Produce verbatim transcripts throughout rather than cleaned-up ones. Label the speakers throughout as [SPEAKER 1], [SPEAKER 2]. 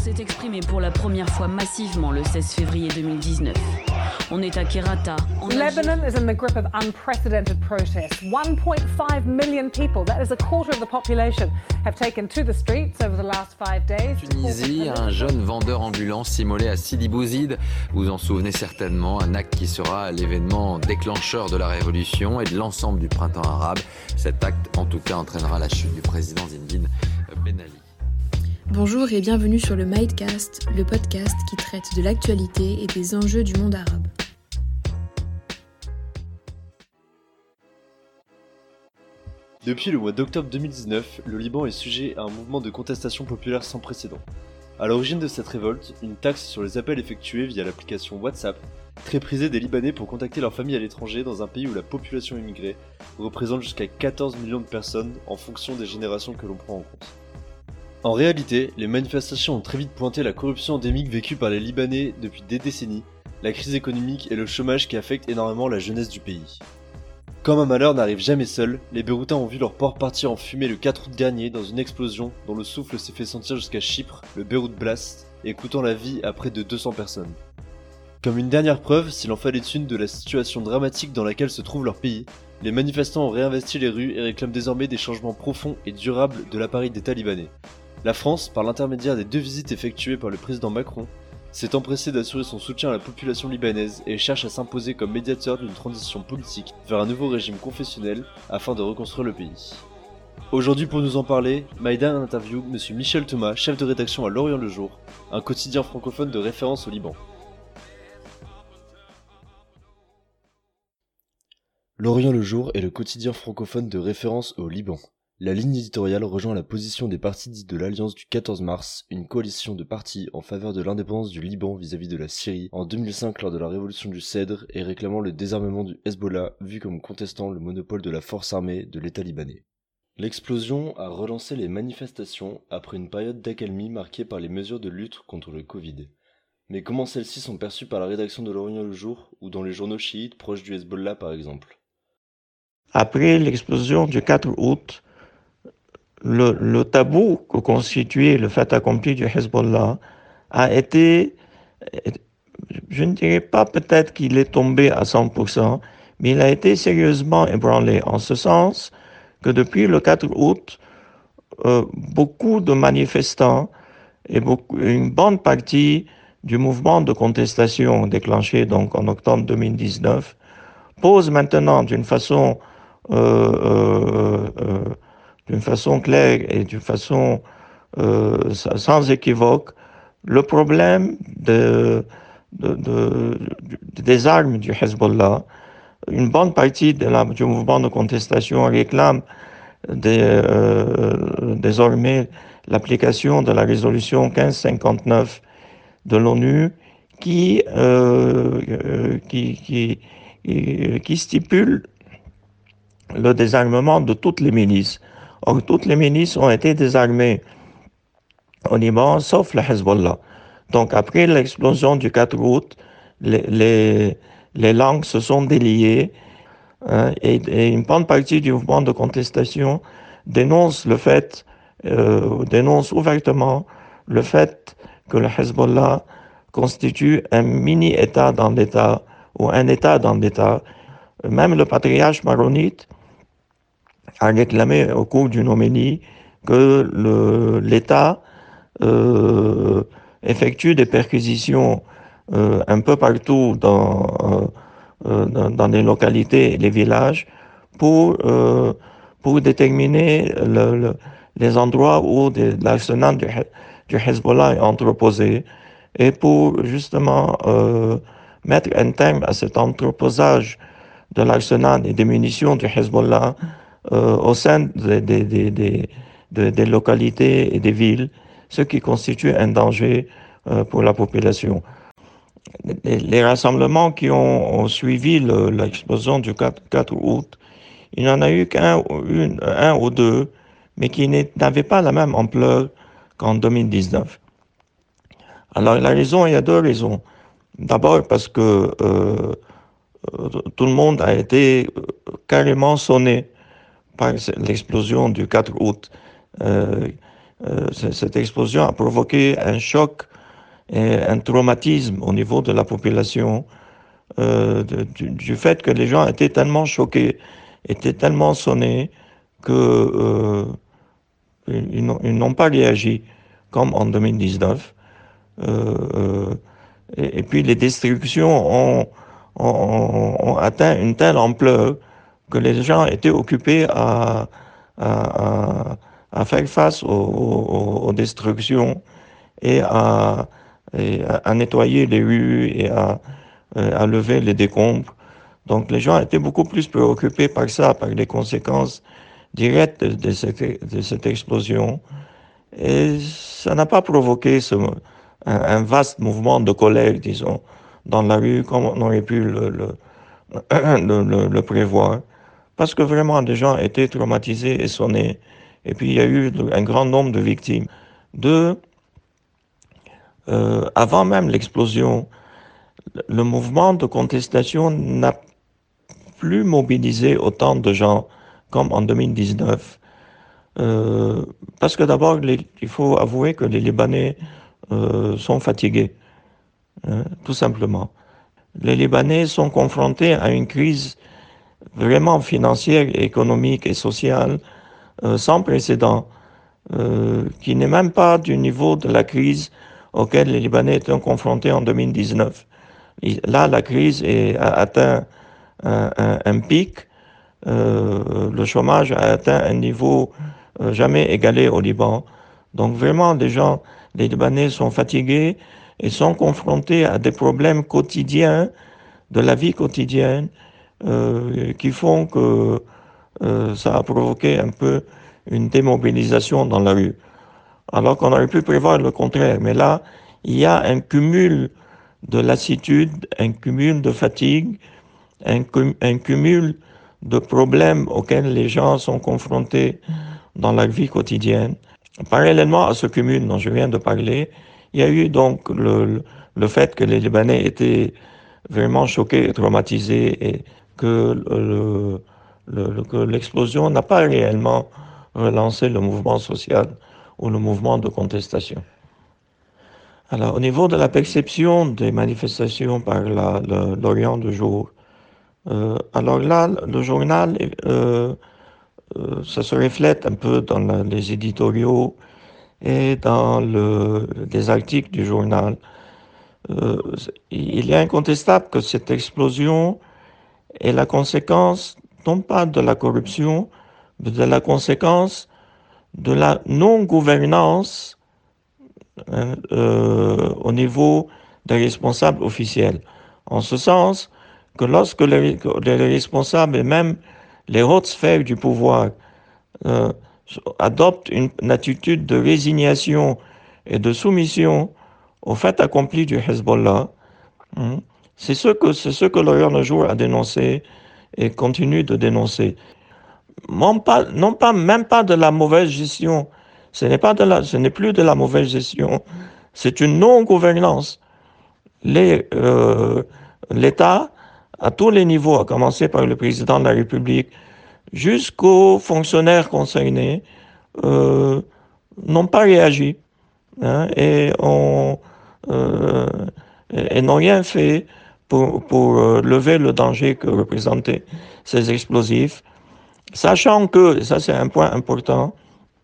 [SPEAKER 1] s'est exprimé pour la première fois massivement le seize février deux mille dix-neuf. On est à Kerata.
[SPEAKER 2] Lebanon is in the grip of unprecedented protests. one point five million people, that is a quarter of the population, have taken to the streets over the last five days.
[SPEAKER 3] Tunisie, un jeune vendeur ambulant s'immolait à Sidi Bouzid. Vous vous en souvenez certainement, un acte qui sera l'événement déclencheur de la révolution et de l'ensemble du printemps arabe. Cet acte, en tout cas, entraînera la chute du président Zinedine Ben Ali.
[SPEAKER 4] Bonjour et bienvenue sur le Midcast, le podcast qui traite de l'actualité et des enjeux du monde arabe.
[SPEAKER 5] Depuis le mois d'octobre deux mille dix-neuf, le Liban est sujet à un mouvement de contestation populaire sans précédent. À l'origine de cette révolte, une taxe sur les appels effectués via l'application WhatsApp, très prisée des Libanais pour contacter leur famille à l'étranger dans un pays où la population immigrée représente jusqu'à quatorze millions de personnes en fonction des générations que l'on prend en compte. En réalité, les manifestations ont très vite pointé la corruption endémique vécue par les Libanais depuis des décennies, la crise économique et le chômage qui affectent énormément la jeunesse du pays. Comme un malheur n'arrive jamais seul, les Beyrouthins ont vu leur port partir en fumée le quatre août dernier dans une explosion dont le souffle s'est fait sentir jusqu'à Chypre, le Beyrouth Blast, et coûtant la vie à près de deux cents personnes. Comme une dernière preuve, s'il en fallait une, de la situation dramatique dans laquelle se trouve leur pays, les manifestants ont réinvesti les rues et réclament désormais des changements profonds et durables de l'appareil d'État libanais. La France, par l'intermédiaire des deux visites effectuées par le président Macron, s'est empressée d'assurer son soutien à la population libanaise et cherche à s'imposer comme médiateur d'une transition politique vers un nouveau régime confessionnel afin de reconstruire le pays. Aujourd'hui pour nous en parler, Maïdan interview Monsieur Michel Thomas, chef de rédaction à L'Orient le Jour, un quotidien francophone de référence au Liban. L'Orient le Jour est le quotidien francophone de référence au Liban. La ligne éditoriale rejoint la position des partis dits de l'Alliance du quatorze mars, une coalition de partis en faveur de l'indépendance du Liban vis-à-vis de la Syrie en deux mille cinq lors de la révolution du Cèdre et réclamant le désarmement du Hezbollah vu comme contestant le monopole de la force armée de l'État libanais. L'explosion a relancé les manifestations après une période d'accalmie marquée par les mesures de lutte contre le Covid. Mais comment celles-ci sont perçues par la rédaction de L'Orient le Jour ou dans les journaux chiites proches du Hezbollah par exemple?
[SPEAKER 6] Après l'explosion du quatre août, Le, le tabou que constituait le fait accompli du Hezbollah a été, je ne dirais pas peut-être qu'il est tombé à cent pour cent, mais il a été sérieusement ébranlé, en ce sens que depuis le quatre août, euh, beaucoup de manifestants et beaucoup, une bonne partie du mouvement de contestation déclenché donc en octobre deux mille dix-neuf posent maintenant d'une façon euh, euh, euh, d'une façon claire et d'une façon euh, sans équivoque, le problème de, de, de, des armes du Hezbollah. Une bonne partie de la, du mouvement de contestation réclame des, euh, désormais l'application de la résolution quinze cinquante-neuf de l'ONU qui, euh, qui, qui, qui, qui stipule le désarmement de toutes les milices. Or, toutes les milices ont été désarmées au Liban, sauf le Hezbollah. Donc, après l'explosion du quatre août, les, les, les langues se sont déliées hein, et, et une bonne partie du mouvement de contestation dénonce le fait, euh, dénonce ouvertement le fait que le Hezbollah constitue un mini-État dans l'État ou un État dans l'État. Même le patriarche maronite a réclamé au cours d'une homélie que le, l'État euh, effectue des perquisitions euh, un peu partout dans, euh, dans, dans les localités et les villages pour, euh, pour déterminer le, le, les endroits où des, l'arsenal du, du Hezbollah est entreposé et pour justement euh, mettre un terme à cet entreposage de l'arsenal et des munitions du Hezbollah Euh, au sein des, des, des, des, des localités et des villes, ce qui constitue un danger euh, pour la population. Les, les rassemblements qui ont, ont suivi le, l'explosion du quatre août, il n'y en a eu qu'un une, un ou deux, mais qui n'avaient pas la même ampleur qu'en deux mille dix-neuf. Alors la raison, il y a deux raisons. D'abord parce que euh, tout le monde a été carrément sonné par l'explosion du quatre août. Euh, euh, cette explosion a provoqué un choc et un traumatisme au niveau de la population, euh, de, du, du fait que les gens étaient tellement choqués, étaient tellement sonnés que euh, ils, ils n'ont pas réagi comme en deux mille dix-neuf. Euh, euh, et, et puis les destructions ont, ont, ont atteint une telle ampleur que les gens étaient occupés à, à, à, à faire face aux, aux, aux destructions et à, et à nettoyer les rues et à, à lever les décombres. Donc les gens étaient beaucoup plus préoccupés par ça, par les conséquences directes de, de, cette, de cette explosion. Et ça n'a pas provoqué ce, un, un vaste mouvement de colère, disons, dans la rue, comme on aurait pu le, le, le, le, le prévoir. Parce que vraiment, les gens étaient traumatisés et sonnés. Et puis, il y a eu un grand nombre de victimes. Deux, euh, avant même l'explosion, le mouvement de contestation n'a plus mobilisé autant de gens comme en deux mille dix-neuf. Euh, parce que d'abord, les, il faut avouer que les Libanais euh, sont fatigués, hein, tout simplement. Les Libanais sont confrontés à une crise vraiment financière, économique et sociale euh, sans précédent, euh, qui n'est même pas du niveau de la crise auquel les Libanais étaient confrontés en deux mille dix-neuf. Et là, la crise est, a atteint un, un, un pic. Euh, le chômage a atteint un niveau euh, jamais égalé au Liban. Donc vraiment, les gens, les Libanais sont fatigués et sont confrontés à des problèmes quotidiens, de la vie quotidienne, euh, qui font que euh, ça a provoqué un peu une démobilisation dans la rue. Alors qu'on aurait pu prévoir le contraire. Mais là, il y a un cumul de lassitude, un cumul de fatigue, un, cum- un cumul de problèmes auxquels les gens sont confrontés dans la vie quotidienne. Parallèlement à ce cumul dont je viens de parler, il y a eu donc le, le fait que les Libanais étaient vraiment choqués et traumatisés et que, le, le, le, que l'explosion n'a pas réellement relancé le mouvement social ou le mouvement de contestation. Alors, au niveau de la perception des manifestations par la, le, l'Orient du jour, euh, alors là, le journal, euh, euh, ça se reflète un peu dans la, les éditoriaux et dans le, les articles du journal. Euh, il est incontestable que cette explosion est la conséquence, non pas de la corruption, mais de la conséquence de la non-gouvernance hein, euh, au niveau des responsables officiels. En ce sens que lorsque les, les responsables et même les hautes sphères du pouvoir euh, adoptent une, une attitude de résignation et de soumission au fait accompli du Hezbollah, hein, c'est ce que, c'est ce que l'Orient le jour a dénoncé et continue de dénoncer. Non pas, non pas, même pas de la mauvaise gestion. Ce n'est pas de la, ce n'est plus de la mauvaise gestion. C'est une non-gouvernance. Les, euh, l'État, à tous les niveaux, à commencer par le président de la République, jusqu'aux fonctionnaires concernés, euh, n'ont pas réagi, hein, et, ont, euh, et, et n'ont rien fait pour, pour euh, lever le danger que représentaient ces explosifs. Sachant que, ça c'est un point important,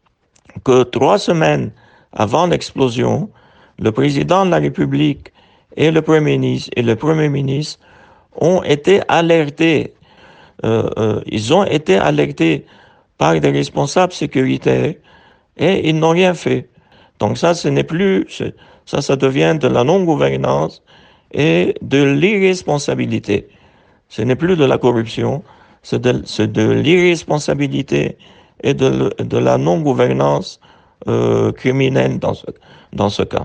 [SPEAKER 6] que trois semaines avant l'explosion, le président de la République et le Premier ministre, et le Premier ministre ont été alertés, euh, euh, ils ont été alertés par des responsables sécuritaires et ils n'ont rien fait. Donc ça, ce n'est plus, ça, ça devient de la non-gouvernance et de l'irresponsabilité. Ce n'est plus de la corruption, c'est de, c'est de l'irresponsabilité et de, de la non-gouvernance euh, criminelle dans ce, dans ce cas.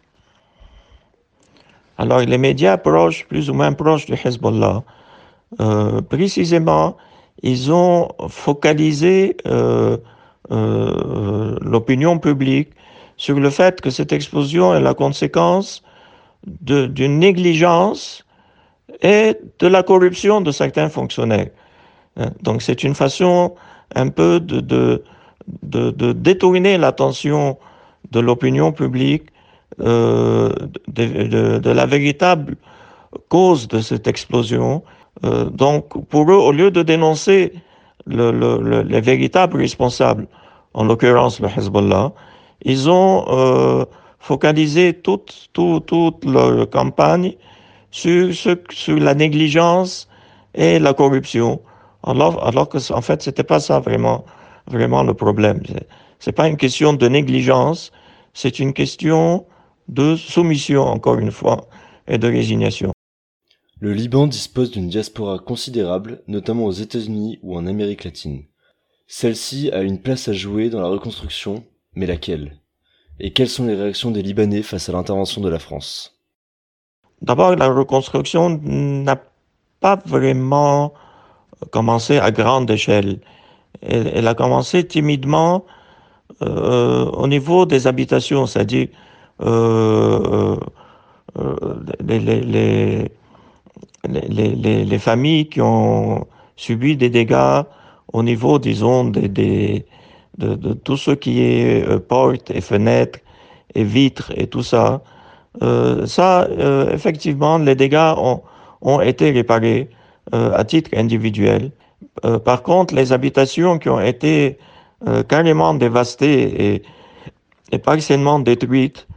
[SPEAKER 6] Alors, les médias proches, plus ou moins proches du Hezbollah, euh, précisément, ils ont focalisé euh, euh, l'opinion publique sur le fait que cette explosion est la conséquence de, d'une négligence et de la corruption de certains fonctionnaires. Donc c'est une façon un peu de, de, de, de détourner l'attention de l'opinion publique euh, de, de, de la véritable cause de cette explosion. Euh, donc, pour eux, au lieu de dénoncer le, le, le, les véritables responsables, en l'occurrence le Hezbollah, ils ont euh, focalisé toute, toute, toute leur campagne sur, ce, sur la négligence et la corruption, alors, alors que, en fait, c'était pas ça vraiment, vraiment le problème. C'est, c'est pas une question de négligence, c'est une question de soumission, encore une fois, et de résignation.
[SPEAKER 5] Le Liban dispose d'une diaspora considérable, notamment aux États-Unis ou en Amérique latine. Celle-ci a une place à jouer dans la reconstruction, mais laquelle ? Et quelles sont les réactions des Libanais face à l'intervention de la France ?
[SPEAKER 6] D'abord, la reconstruction n'a pas vraiment commencé à grande échelle. Elle, elle a commencé timidement euh, au niveau des habitations, c'est-à-dire euh, euh, les, les, les, les, les, les familles qui ont subi des dégâts au niveau, disons, des, des, de, de tout ce qui est euh, portes et fenêtres et vitres et tout ça. Euh, ça, euh, effectivement, les dégâts ont, ont été réparés euh, à titre individuel. Euh, par contre, les habitations qui ont été euh, carrément dévastées et, et partiellement détruites,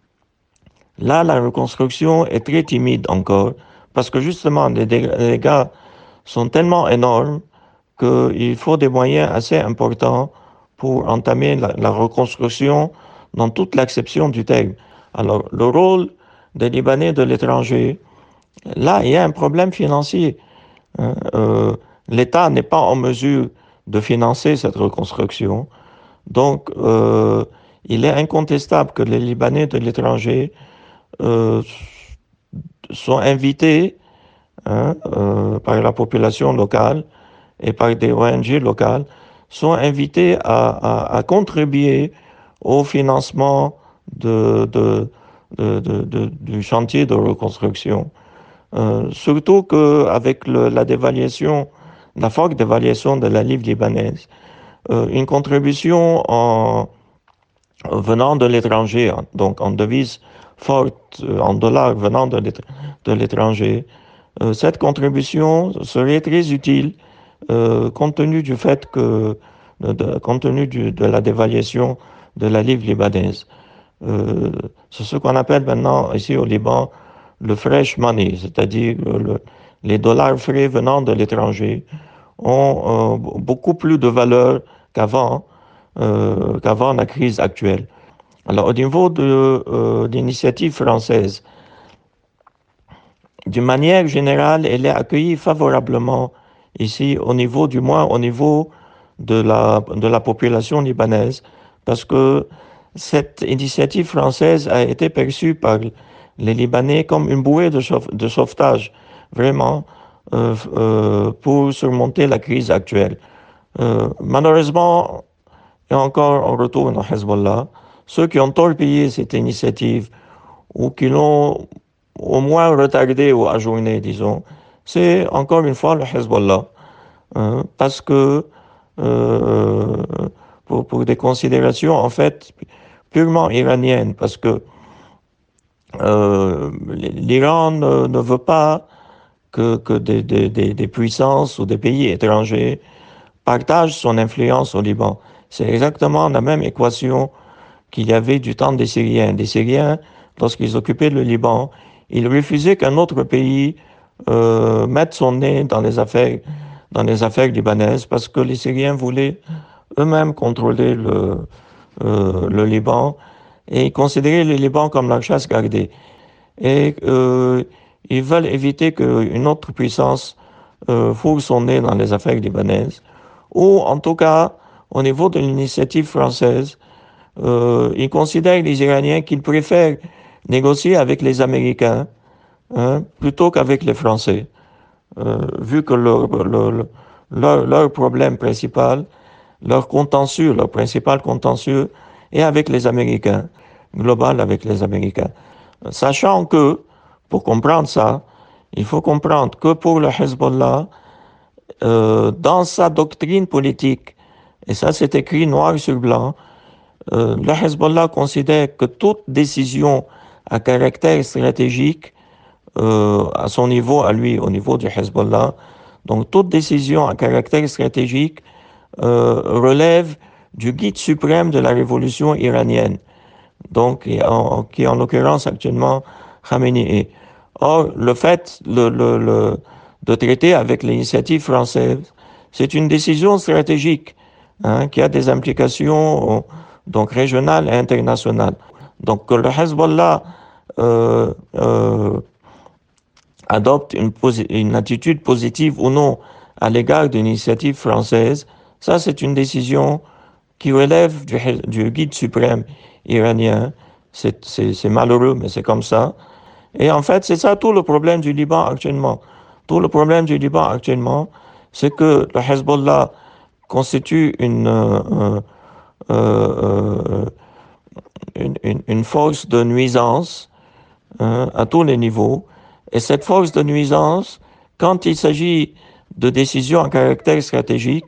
[SPEAKER 6] là, la reconstruction est très timide encore, parce que justement, les dégâts sont tellement énormes qu'il faut des moyens assez importants pour entamer la, la reconstruction dans toute l'acception du terme. Alors, le rôle des Libanais de l'étranger, là, il y a un problème financier. Hein. Euh, L'État n'est pas en mesure de financer cette reconstruction. Donc, euh, il est incontestable que les Libanais de l'étranger euh, sont invités hein, euh, par la population locale et par des O N G locales, sont invités à, à, à contribuer au financement de, de, de, de, de, du chantier de reconstruction. Euh, surtout qu'avec la dévaluation, la forte dévaluation de la livre libanaise, euh, une contribution en, venant de l'étranger, donc en devise forte, en dollars venant de l'étranger, euh, cette contribution serait très utile euh, compte tenu du fait que, de, de, compte tenu du, de la dévaluation de la livre libanaise. Euh, c'est ce qu'on appelle maintenant ici au Liban le fresh money, c'est-à-dire le, les dollars frais venant de l'étranger ont euh, beaucoup plus de valeur qu'avant, euh, qu'avant la crise actuelle. Alors au niveau de euh, l'initiative française, d'une manière générale, elle est accueillie favorablement ici, au niveau, du moins au niveau de la, de la population libanaise, parce que cette initiative française a été perçue par les Libanais comme une bouée de, sauve, de sauvetage, vraiment, euh, euh, pour surmonter la crise actuelle. Euh, malheureusement, et encore on retourne au Hezbollah, ceux qui ont torpillé cette initiative ou qui l'ont au moins retardé ou ajourné, disons, c'est encore une fois le Hezbollah. Hein, parce que euh, pour, pour des considérations en fait purement iraniennes, parce que euh, l'Iran ne, ne veut pas que, que des, des, des puissances ou des pays étrangers partagent son influence au Liban. C'est exactement la même équation qu'il y avait du temps des Syriens. Les Syriens, lorsqu'ils occupaient le Liban, ils refusaient qu'un autre pays euh, mette son nez dans les affaires, dans les affaires libanaises, parce que les Syriens voulaient eux-mêmes contrôler le, euh, le Liban et considérer le Liban comme leur chasse gardée. Et euh, ils veulent éviter qu'une autre puissance euh, fourre son nez dans les affaires libanaises, ou en tout cas, au niveau de l'initiative française, euh, ils considèrent les Iraniens qu'ils préfèrent négocier avec les Américains hein, plutôt qu'avec les Français, euh, vu que leur, leur, leur, leur problème principal, leur contentieux, leur principal contentieux est avec les Américains, global avec les Américains. Sachant que, pour comprendre ça, il faut comprendre que pour le Hezbollah, euh, dans sa doctrine politique Et ça, c'est écrit noir sur blanc. Euh, le Hezbollah considère que toute décision à caractère stratégique, euh, à son niveau, à lui, au niveau du Hezbollah, donc toute décision à caractère stratégique euh, relève du guide suprême de la révolution iranienne, donc qui en, qui en l'occurrence actuellement Khamenei. Or, le fait le, le, le, de traiter avec l'initiative française, c'est une décision stratégique hein, qui a des implications donc régionales et internationales. Donc que le Hezbollah euh, euh, adopte une, une attitude positive ou non à l'égard d'une initiative française, ça c'est une décision qui relève du, du guide suprême iranien. C'est, c'est, c'est malheureux, mais c'est comme ça. Et en fait, c'est ça tout le problème du Liban actuellement. Tout le problème du Liban actuellement, c'est que le Hezbollah constitue une, euh, euh, euh, une, une, une force de nuisance hein, à tous les niveaux. Et cette force de nuisance, quand il s'agit de décisions à caractère stratégique,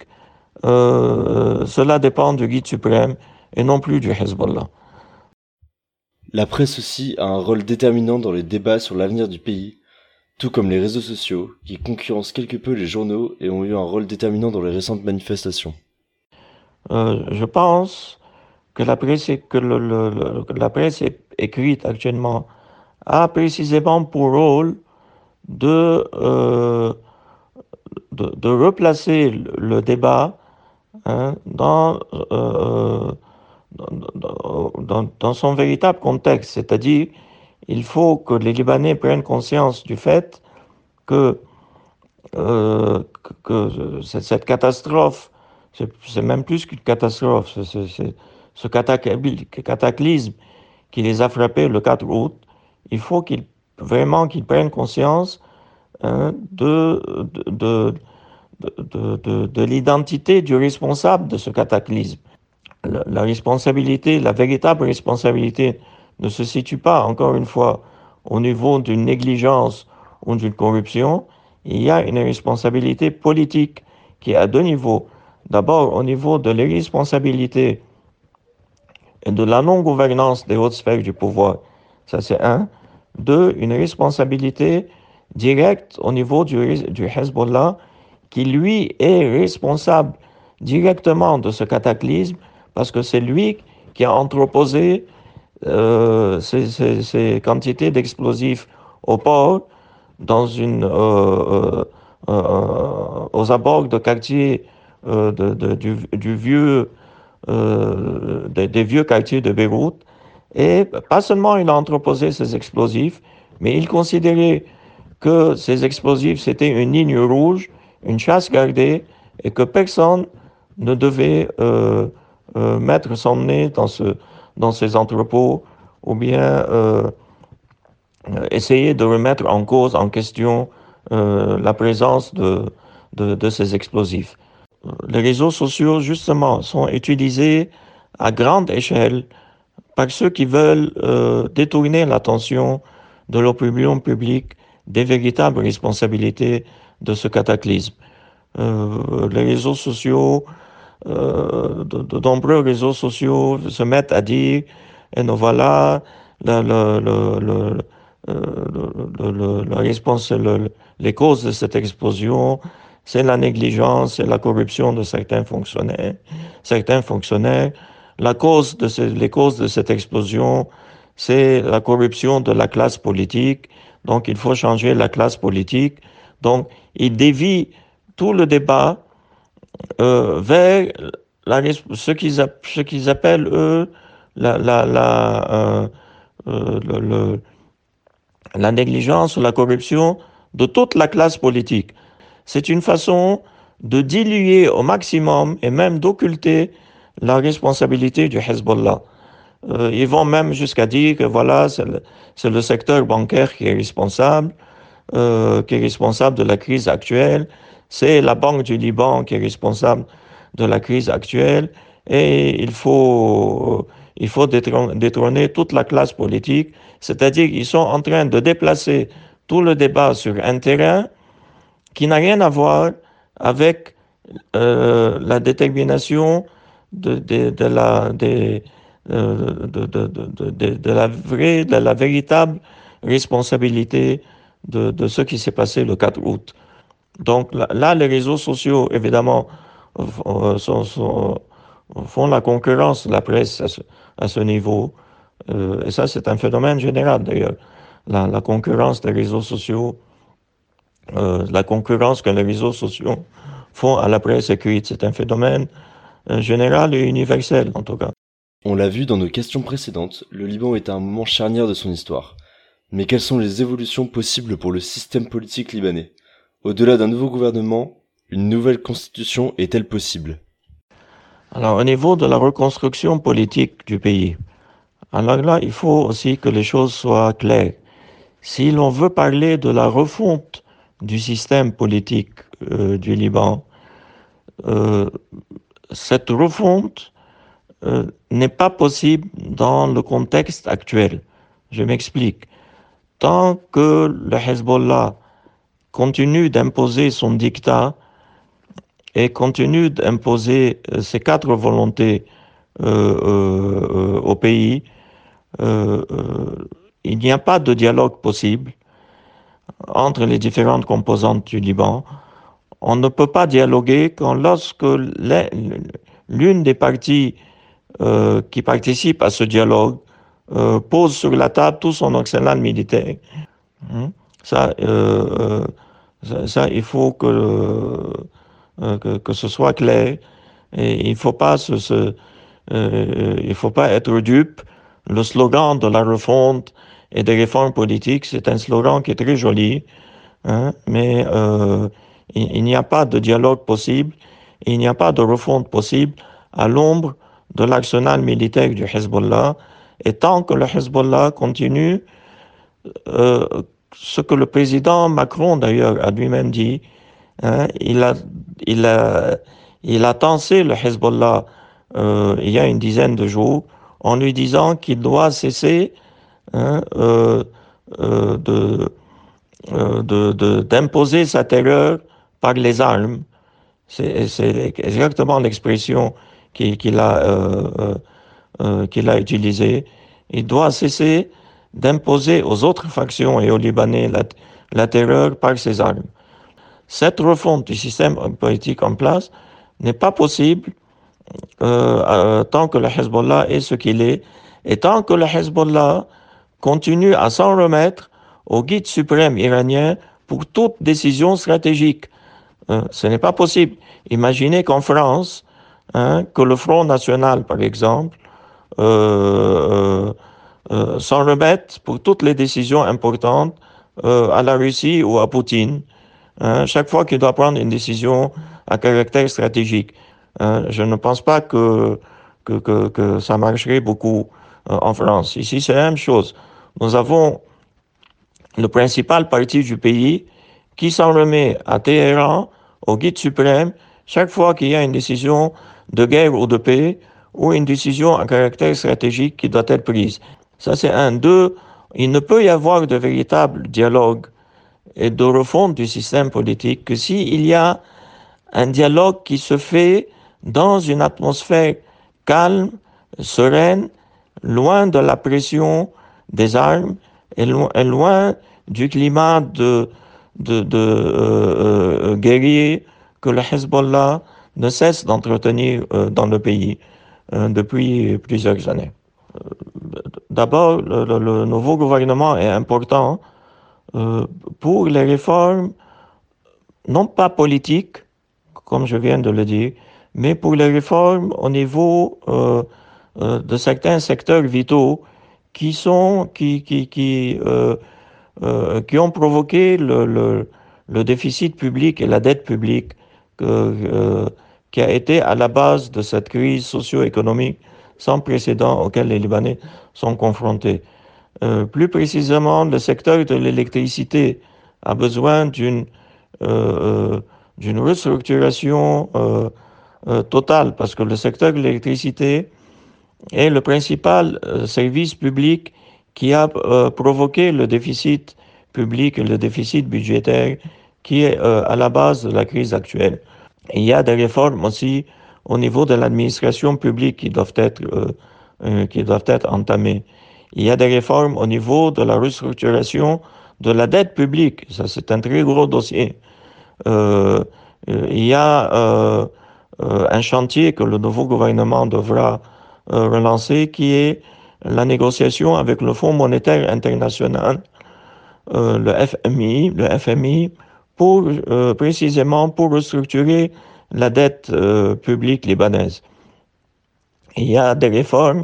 [SPEAKER 6] euh, cela dépend du guide suprême et non plus du Hezbollah.
[SPEAKER 5] La presse aussi a un rôle déterminant dans les débats sur l'avenir du pays, tout comme les réseaux sociaux, qui concurrencent quelque peu les journaux et ont eu un rôle déterminant dans les récentes manifestations.
[SPEAKER 6] Euh, je pense que la presse, que le, le, le, la presse écrite actuellement a précisément pour rôle de, euh, de, de replacer le, le débat hein, dans, euh, dans, dans, dans son véritable contexte, c'est-à-dire il faut que les Libanais prennent conscience du fait que, euh, que, que cette catastrophe, c'est, c'est même plus qu'une catastrophe, c'est, c'est, c'est ce cataclysme qui les a frappés le quatre août, il faut qu'ils, vraiment qu'ils prennent conscience hein, de, de, de, de, de, de l'identité du responsable de ce cataclysme. La, la responsabilité, la véritable responsabilité ne se situe pas, encore une fois, au niveau d'une négligence ou d'une corruption. Il y a une responsabilité politique qui est à deux niveaux. D'abord, au niveau de l'irresponsabilité et de la non-gouvernance des hautes sphères du pouvoir. Ça, c'est un. Deux, une responsabilité directe au niveau du, du Hezbollah qui, lui, est responsable directement de ce cataclysme parce que c'est lui qui a entreposé euh, ces, ces, ces quantités d'explosifs au port dans une, euh, euh, euh, aux abords de quartiers euh, de, de, du, du vieux, euh, des, des vieux quartiers de Beyrouth. Et pas seulement il a entreposé ces explosifs, mais il considérait que ces explosifs c'était une ligne rouge, une chasse gardée, et que personne ne devait euh, euh, mettre son nez dans, ce, dans ces entrepôts ou bien euh, essayer de remettre en cause, en question, euh, la présence de, de, de ces explosifs. Les réseaux sociaux, justement, sont utilisés à grande échelle par ceux qui veulent euh, détourner l'attention de l'opinion publique des véritables responsabilités de ce cataclysme. Euh, les réseaux sociaux, euh, de, de nombreux réseaux sociaux se mettent à dire, et nous voilà, la, la, la, la, la, la, la réponse, le, les causes de cette explosion, c'est la négligence et la corruption de certains fonctionnaires. Certains fonctionnaires. La cause de ce, les causes de cette explosion, c'est la corruption de la classe politique. Donc, il faut changer la classe politique. Donc, il dévie tout le débat euh, vers la, ce, qu'ils, ce qu'ils appellent, eux, la, la, la, euh, euh, le, le, la négligence ou la corruption de toute la classe politique. C'est une façon de diluer au maximum et même d'occulter la responsabilité du Hezbollah. Euh, ils vont même jusqu'à dire que voilà, c'est le, c'est le secteur bancaire qui est responsable, euh, qui est responsable de la crise actuelle, c'est la Banque du Liban qui est responsable de la crise actuelle, et il faut, il faut détrôner, détrôner toute la classe politique, c'est-à-dire qu'ils sont en train de déplacer tout le débat sur un terrain qui n'a rien à voir avec euh, la détermination de, de, de, la, de, de, de, de, de, de, la vraie, de la véritable responsabilité de, de ce qui s'est passé le quatre août. Donc là, là les réseaux sociaux, évidemment, sont, sont, font la concurrence de la presse à ce, à ce niveau. Euh, et ça, c'est un phénomène général, d'ailleurs. La, la concurrence des réseaux sociaux, euh, la concurrence que les réseaux sociaux font à la presse écrite, c'est un phénomène euh, général et universel, en tout cas.
[SPEAKER 5] On l'a vu dans nos questions précédentes, le Liban est à un moment charnière de son histoire. Mais quelles sont les évolutions possibles pour le système politique libanais ? Au-delà d'un nouveau gouvernement, une nouvelle constitution est-elle possible ?
[SPEAKER 6] Alors, au niveau de la reconstruction politique du pays, alors là, il faut aussi que les choses soient claires. Si l'on veut parler de la refonte du système politique euh, du Liban, euh, cette refonte euh, n'est pas possible dans le contexte actuel. Je m'explique. Tant que le Hezbollah continue d'imposer son dictat et continue d'imposer euh, ses quatre volontés euh, euh, au pays, euh, euh, il n'y a pas de dialogue possible entre les différentes composantes du Liban. On ne peut pas dialoguer quand lorsque l'une des parties euh, qui participent à ce dialogue euh, pose sur la table tout son arsenal militaire. Hein? Ça, euh, ça, ça, il faut que, euh, que, que ce soit clair. Et il ne faut pas se, se euh, il faut pas être dupe. Le slogan de la refonte et des réformes politiques, c'est un slogan qui est très joli, hein, mais euh, il, il n'y a pas de dialogue possible, il n'y a pas de refonte possible à l'ombre de l'arsenal militaire du Hezbollah. Et tant que le Hezbollah continue, euh, ce que le président Macron d'ailleurs a lui-même dit, hein, il a, il a, il a tensé le Hezbollah euh, il y a une dizaine de jours en lui disant qu'il doit cesser hein, euh, euh, de, euh, de, de, d'imposer sa terreur par les armes. C'est, c'est exactement l'expression qu'il, qu'il a, euh, euh, qu'il a utilisée. Il doit cesser d'imposer aux autres factions et aux Libanais la, la terreur par ses armes. Cette refonte du système politique en place n'est pas possible euh, euh, tant que le Hezbollah est ce qu'il est et tant que le Hezbollah continue à s'en remettre au guide suprême iranien pour toute décision stratégique. Euh, ce n'est pas possible. Imaginez qu'en France, hein, que le Front National, par exemple, euh, euh, s'en remette pour toutes les décisions importantes euh, à la Russie ou à Poutine, hein, chaque fois qu'il doit prendre une décision à caractère stratégique. Hein, je ne pense pas que, que, que, que ça marcherait beaucoup euh, en France. Ici, c'est la même chose. Nous avons le principal parti du pays qui s'en remet à Téhéran, au guide suprême, chaque fois qu'il y a une décision de guerre ou de paix ou une décision à caractère stratégique qui doit être prise. Ça, c'est un. Deux, il ne peut y avoir de véritable dialogue et de refonte du système politique que s'il y a un dialogue qui se fait dans une atmosphère calme, sereine, loin de la pression des armes et loin, et loin du climat de, de, de euh, guerrier que le Hezbollah ne cesse d'entretenir euh, dans le pays euh, depuis plusieurs années. D'abord, le, le, le nouveau gouvernement est important euh, pour les réformes, non pas politiques, comme je viens de le dire, mais pour les réformes au niveau euh, euh, de certains secteurs vitaux qui sont qui qui qui euh, euh, qui ont provoqué le, le le déficit public et la dette publique que, euh, qui a été à la base de cette crise socio-économique sans précédent auquel les Libanais sont confrontés. Euh, plus précisément, le secteur de l'électricité a besoin d'une euh, d'une restructuration euh, euh, totale, parce que le secteur de l'électricité est le principal euh, service public qui a euh, provoqué le déficit public et le déficit budgétaire qui est euh, à la base de la crise actuelle. Et il y a des réformes aussi au niveau de l'administration publique qui doivent être, euh, euh, qui doivent être entamées. Il y a des réformes au niveau de la restructuration de la dette publique. Ça, c'est un très gros dossier. Euh, il y a euh, euh, un chantier que le nouveau gouvernement devra euh, relancer, qui est la négociation avec le Fonds monétaire international, euh, le F M I, le F M I, pour euh, précisément pour restructurer la dette euh, publique libanaise. Il y a des réformes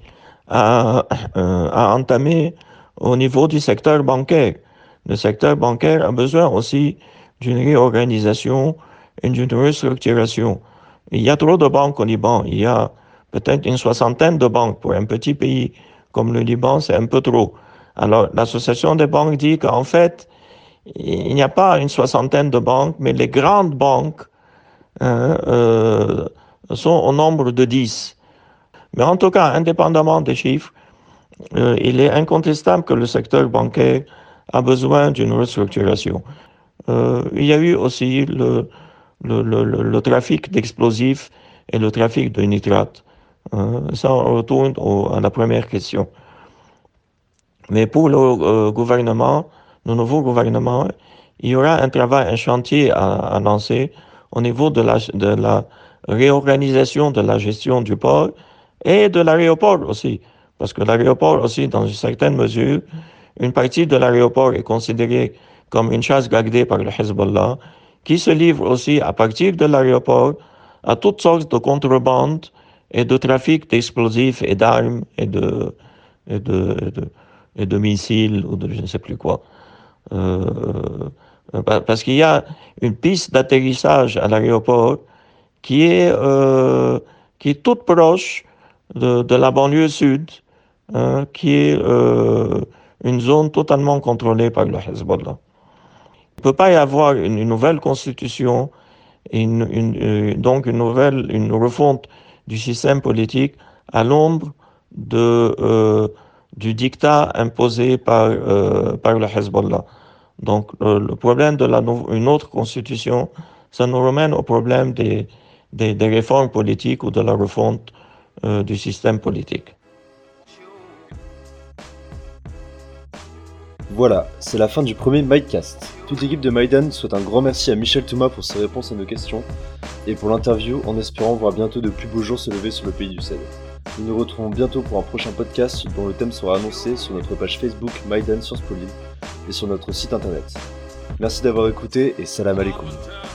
[SPEAKER 6] à, euh, à entamer au niveau du secteur bancaire. Le secteur bancaire a besoin aussi d'une réorganisation et d'une restructuration. Il y a trop de banques au Liban. Il y a peut-être une soixantaine de banques. Pour un petit pays comme le Liban, c'est un peu trop. Alors, l'association des banques dit qu'en fait, il n'y a pas une soixantaine de banques, mais les grandes banques hein, euh, sont au nombre de dix. Mais en tout cas, indépendamment des chiffres, euh, il est incontestable que le secteur bancaire a besoin d'une restructuration. Euh, il y a eu aussi le, le, le, le trafic d'explosifs et le trafic de nitrates. Euh, ça, on retourne au, à la première question. Mais pour le euh, gouvernement, le nouveau gouvernement, il y aura un travail, un chantier à, à lancer au niveau de la, de la réorganisation de la gestion du port et de l'aéroport aussi. Parce que l'aéroport aussi, dans une certaine mesure, une partie de l'aéroport est considérée comme une chasse gardée par le Hezbollah, qui se livre aussi à partir de l'aéroport à toutes sortes de contrebandes et de trafic d'explosifs et d'armes et de, et de, et de, et de missiles ou de je ne sais plus quoi. Euh, parce qu'il y a une piste d'atterrissage à l'aéroport qui est, euh, qui est toute proche de, de la banlieue sud, hein, qui est euh, une zone totalement contrôlée par le Hezbollah. Il ne peut pas y avoir une, une nouvelle constitution, une, une, euh, donc une nouvelle, une refonte du système politique à l'ombre de, euh, du dictat imposé par, euh, par le Hezbollah. Donc euh, le problème de la no- une autre constitution, ça nous ramène au problème des, des, des réformes politiques ou de la refonte euh, du système politique.
[SPEAKER 5] Voilà, c'est la fin du premier Mightcast. Toute l'équipe de Maïdan souhaite un grand merci à Michel Thomas pour ses réponses à nos questions et pour l'interview, en espérant voir bientôt de plus beaux jours se lever sur le pays du sel. Nous nous retrouvons bientôt pour un prochain podcast dont le thème sera annoncé sur notre page Facebook Maïdan Sciences Po Lille et sur notre site internet. Merci d'avoir écouté et salam alaikum.